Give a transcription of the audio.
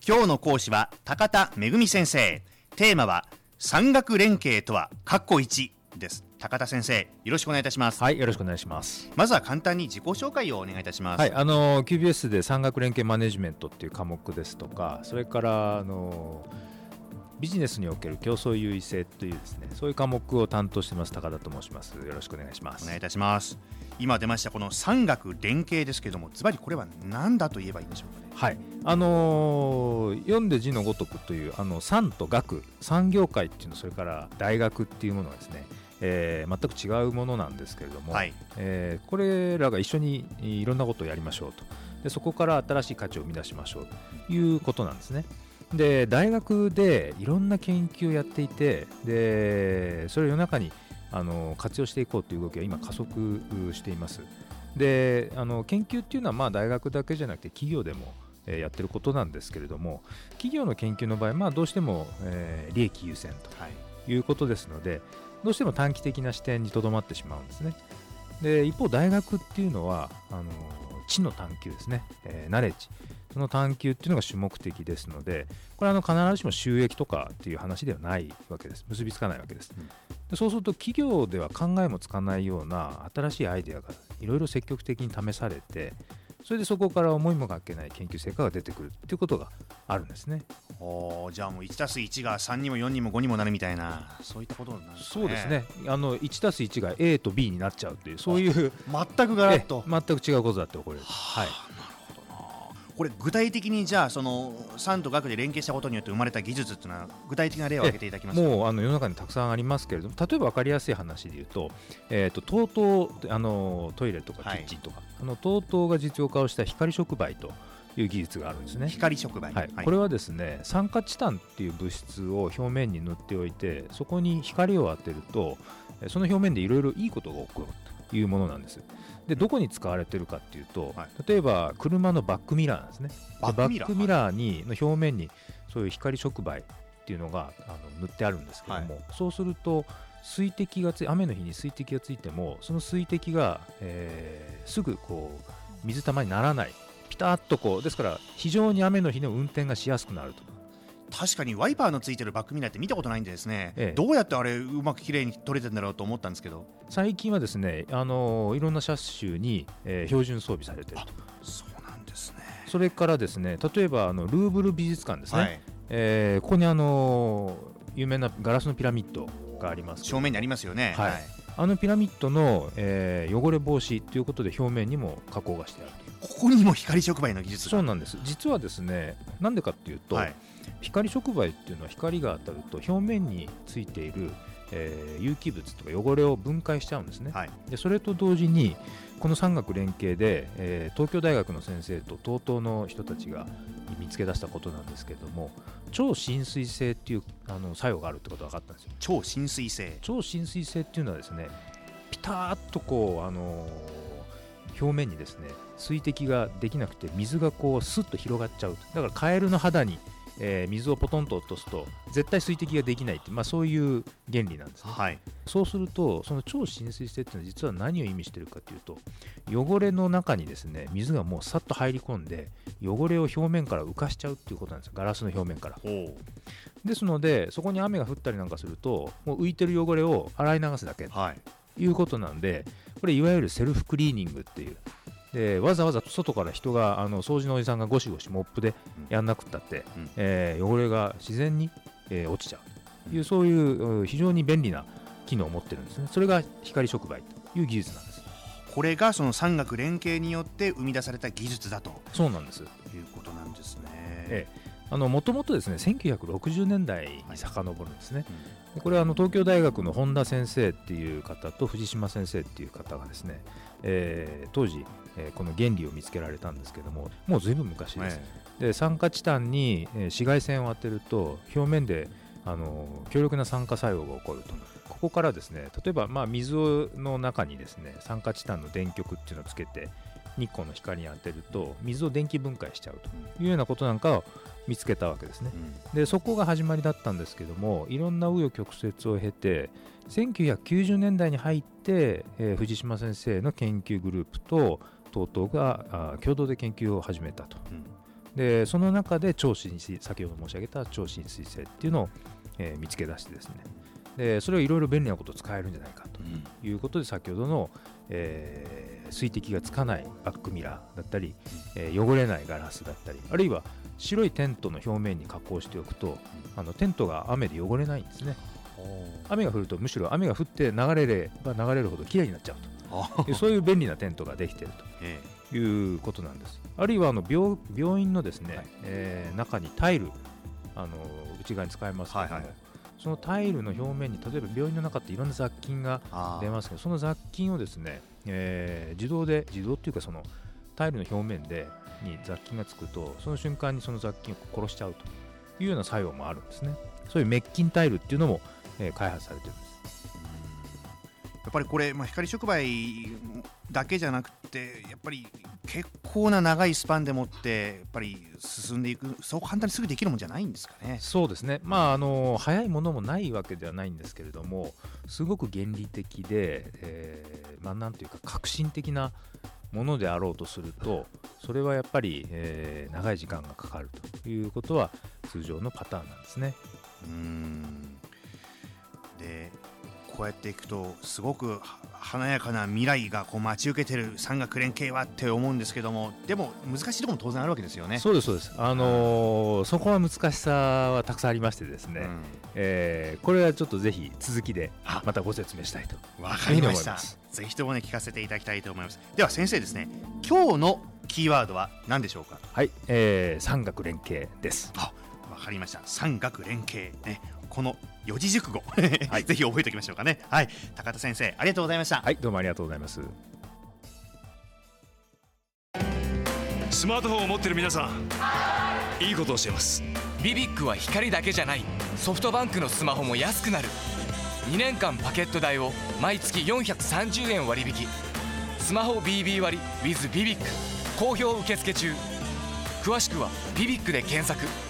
今日の講師は高田めぐみ先生。テーマは産学連携とは1です。高田先生、よろしくお願いいたします。 はい、よろしくお願いします。 まずは簡単に自己紹介をお願いいたします。 はい、QBS で産学連携マネジメントっていう科目ですとか、それからビジネスにおける競争優位性というですね、そういう科目を担当してます高田と申します。よろしくお願いします。 お願いいたします。今出ましたこの産学連携ですけども、ズバリこれは何だと言えばいいんでしょうかね。 はい、読んで字のごとくという産と学、産業界っていうの、それから大学っていうものはですね、全く違うものなんですけれども、 はい、 これらが一緒にいろんなことをやりましょうと。でそこから新しい価値を生み出しましょうということなんですね。で大学でいろんな研究をやっていて、でそれを世の中に活用していこうという動きが今加速しています。で研究っていうのは大学だけじゃなくて企業でもやってることなんですけれども、企業の研究の場合、どうしても利益優先ということですので、どうしても短期的な視点にとどまってしまうんですね。で一方大学っていうのは知の探求ですね、ナレッジ、その探求っていうのが主目的ですので、これは必ずしも収益とかっていう話ではないわけです。結びつかないわけです。でそうすると企業では考えもつかないような新しいアイデアがいろいろ積極的に試されて、それでそこから思いもかけない研究成果が出てくるっていうことがあるんですね。 じゃあもう 1+1 が3にも4にも5にもなるみたいな、そういったことなんですね。 そうですね。1+1 が A と B になっちゃうっていう、そういう全くガラッと全く違うことだって起こる。はい。 これ具体的にじゃあその産と学で連携したことによって生まれた技術っていうのは具体的な例を挙げていただけますか。 もう世の中にたくさんありますけれども、例えば分かりやすい話で言うと、TOTO、トイレとかキッチンとか、TOTO が実用化をした光触媒という技術があるんですね。 光触媒、 これはですね、酸化チタンっていう物質を表面に塗っておいて、そこに光を当てるとその表面でいろいろいいことが起こるというものなんです。でどこに使われているかっていうと、例えば車のバックミラーなんですね。バックミラーの表面にそういう光触媒っていうのが塗ってあるんですけども、そうすると水滴が雨の日に水滴がついても、その水滴が、すぐ水玉にならない、ピタッとですから非常に雨の日の運転がしやすくなると。 確かにワイパーのついてるバックミラーって見たことないんでですね、どうやってあれうまくきれいに撮れてるんだろうと思ったんですけど、 最近はですね、いろんな車種に、標準装備されていると。 そうなんですね。 それからですね、例えばルーブル美術館ですね、ここに有名なガラスのピラミッドがあります。 正面にありますよね。 ピラミッドの、汚れ防止ということで表面にも加工がしてある。 ここにも光触媒の技術が。 そうなんです。実はですね、なんでかっていうと、光触媒っていうのは光が当たると表面についている、有機物とか汚れを分解しちゃうんですね。でそれと同時にこの産学連携で、東京大学の先生と TOTO の人たちが見つけ出したことなんですけれども、超浸水性っていう作用があるってことが分かったんですよ。 超浸水性っていうのはですね、ピタッと表面にですね水滴ができなくて、水がスッと広がっちゃう。だからカエルの肌に水をポトンと落とすと絶対水滴ができないって、そういう原理なんですね。そうするとその超浸水性っていうのは実は何を意味しているかというと、汚れの中にですね水がもうさっと入り込んで汚れを表面から浮かしちゃうっていうことなんですよ。ガラスの表面から。ですのでそこに雨が降ったりなんかすると、もう浮いてる汚れを洗い流すだけということなんで、これいわゆるセルフクリーニングっていう、でわざわざ外から人が掃除のおじさんがゴシゴシモップでやんなくったって、汚れが自然に、落ちちゃうという、そういう非常に便利な機能を持ってるんですね。それが光触媒という技術なんです。 これがその産学連携によって生み出された技術だと。 そうなんです。 いうことなんですね。 もともとですね1960年代に遡るんですね。これは東京大学の本田先生っていう方と藤島先生っていう方がですね、当時、この原理を見つけられたんですけども、もうずいぶん昔です。で酸化チタンに紫外線を当てると表面で強力な酸化作用が起こると。ここからですね、例えば水の中にですね酸化チタンの電極っていうのをつけて日光の光に当てると水を電気分解しちゃうというようなことなんかを見つけたわけですね。でそこが始まりだったんですけども、いろんな紆余曲折を経て1990年代に入って、藤島先生の研究グループとTOTOが共同で研究を始めたと。 でその中で超浸水、先ほど申し上げた超浸水性っていうのを、見つけ出してですね、でそれをいろいろ便利なことを使えるんじゃないかということで、先ほどの、水滴がつかないバックミラーだったり、汚れないガラスだったり、あるいは白いテントの表面に加工しておくと、テントが雨で汚れないんですね。雨が降るとむしろ雨が降って流れれば流れるほどきれいになっちゃうとそういう便利なテントができているということなんです。あるいは病院のですね、中にタイル内側に使えますけども、そのタイルの表面に例えば病院の中っていろんな雑菌が出ますけど、その雑菌をですね、自動っていうかそのタイルの表面に雑菌がつくと、その瞬間にその雑菌を殺しちゃうというような作用もあるんですね。そういう滅菌タイルっていうのも、開発されているんです。 やっぱりこれ、光触媒だけじゃなくて、やっぱり結構な長いスパンでもってやっぱり進んでいく、そう簡単にすぐできるもんじゃないんですかね。 そうですね、早いものもないわけではないんですけれども、すごく原理的で、なんというか革新的なものであろうとすると、それはやっぱり、長い時間がかかるということは通常のパターンなんですね。 でこうやっていくとすごく華やかな未来がこう待ち受けてる産学連携はって思うんですけども、でも難しいところも当然あるわけですよね。 そうですそうです、そこは難しさはたくさんありましてですね、これはちょっとぜひ続きでまたご説明したいとわかりました。ぜひともね聞かせていただきたいと思います。では先生ですね、今日のキーワードは何でしょうか。 はい、産学連携です。 わかりました。産学連携ね、この四字熟語ぜひ覚えておきましょうかね。はい、高田先生ありがとうございました。 はい、どうもありがとうございます。 スマートフォンを持ってる皆さん、いいことをしています。 ビビックは光だけじゃない、ソフトバンクのスマホも安くなる。2年間パケット代を毎月430円割引。スマホ BB 割 with ビビック好評受付中。詳しくはビビックで検索。